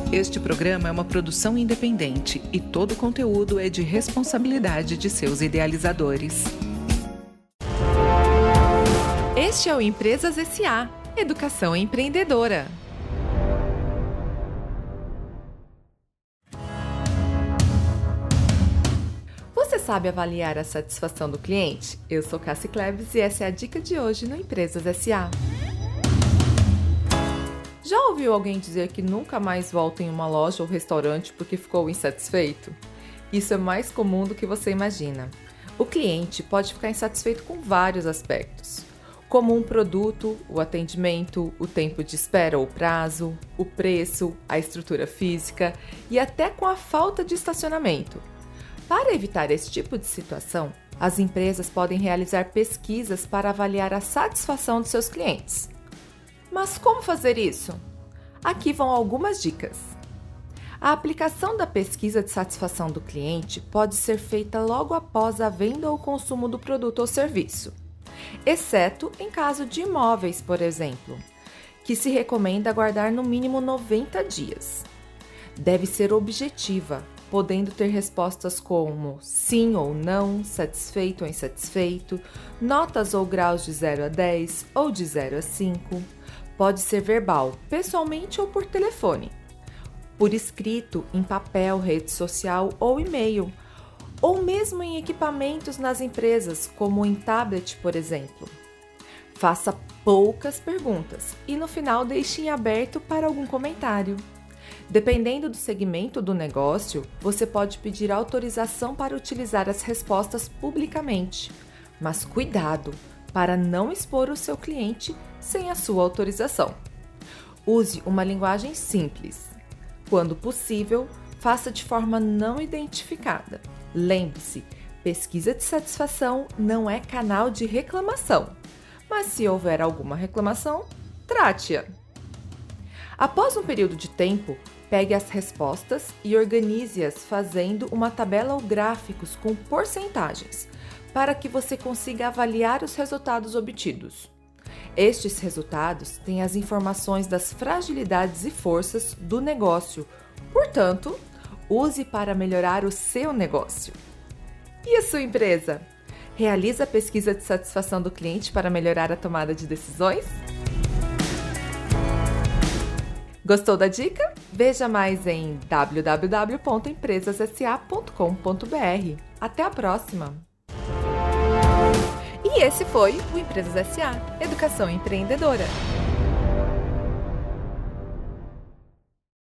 Este programa é uma produção independente e todo o conteúdo é de responsabilidade de seus idealizadores. Este é o Empresas S.A. Educação Empreendedora. Você sabe avaliar a satisfação do cliente? Eu sou Cassi Cleves e essa é a dica de hoje no Empresas S.A. Já ouviu alguém dizer que nunca mais volta em uma loja ou restaurante porque ficou insatisfeito? Isso é mais comum do que você imagina. O cliente pode ficar insatisfeito com vários aspectos, como um produto, o atendimento, o tempo de espera ou prazo, o preço, a estrutura física e até com a falta de estacionamento. Para evitar esse tipo de situação, as empresas podem realizar pesquisas para avaliar a satisfação dos seus clientes. Mas como fazer isso? Aqui vão algumas dicas. A aplicação da pesquisa de satisfação do cliente pode ser feita logo após a venda ou consumo do produto ou serviço, exceto em caso de imóveis, por exemplo, que se recomenda aguardar no mínimo 90 dias. Deve ser objetiva, podendo ter respostas como sim ou não, satisfeito ou insatisfeito, notas ou graus de 0 a 10 ou de 0 a 5. Pode ser verbal, pessoalmente ou por telefone, por escrito, em papel, rede social ou e-mail, ou mesmo em equipamentos nas empresas, como em tablet, por exemplo. Faça poucas perguntas e no final deixe em aberto para algum comentário. Dependendo do segmento do negócio, você pode pedir autorização para utilizar as respostas publicamente, mas cuidado para não expor o seu cliente sem a sua autorização. Use uma linguagem simples. Quando possível, faça de forma não identificada. Lembre-se, pesquisa de satisfação não é canal de reclamação, mas se houver alguma reclamação, trate-a. Após um período de tempo, pegue as respostas e organize-as fazendo uma tabela ou gráficos com porcentagens, para que você consiga avaliar os resultados obtidos. Estes resultados têm as informações das fragilidades e forças do negócio, portanto, use para melhorar o seu negócio. E a sua empresa? Realiza a pesquisa de satisfação do cliente para melhorar a tomada de decisões? Gostou da dica? Veja mais em www.empresassa.com.br. Até a próxima! E esse foi o Empresas S.A. Educação Empreendedora.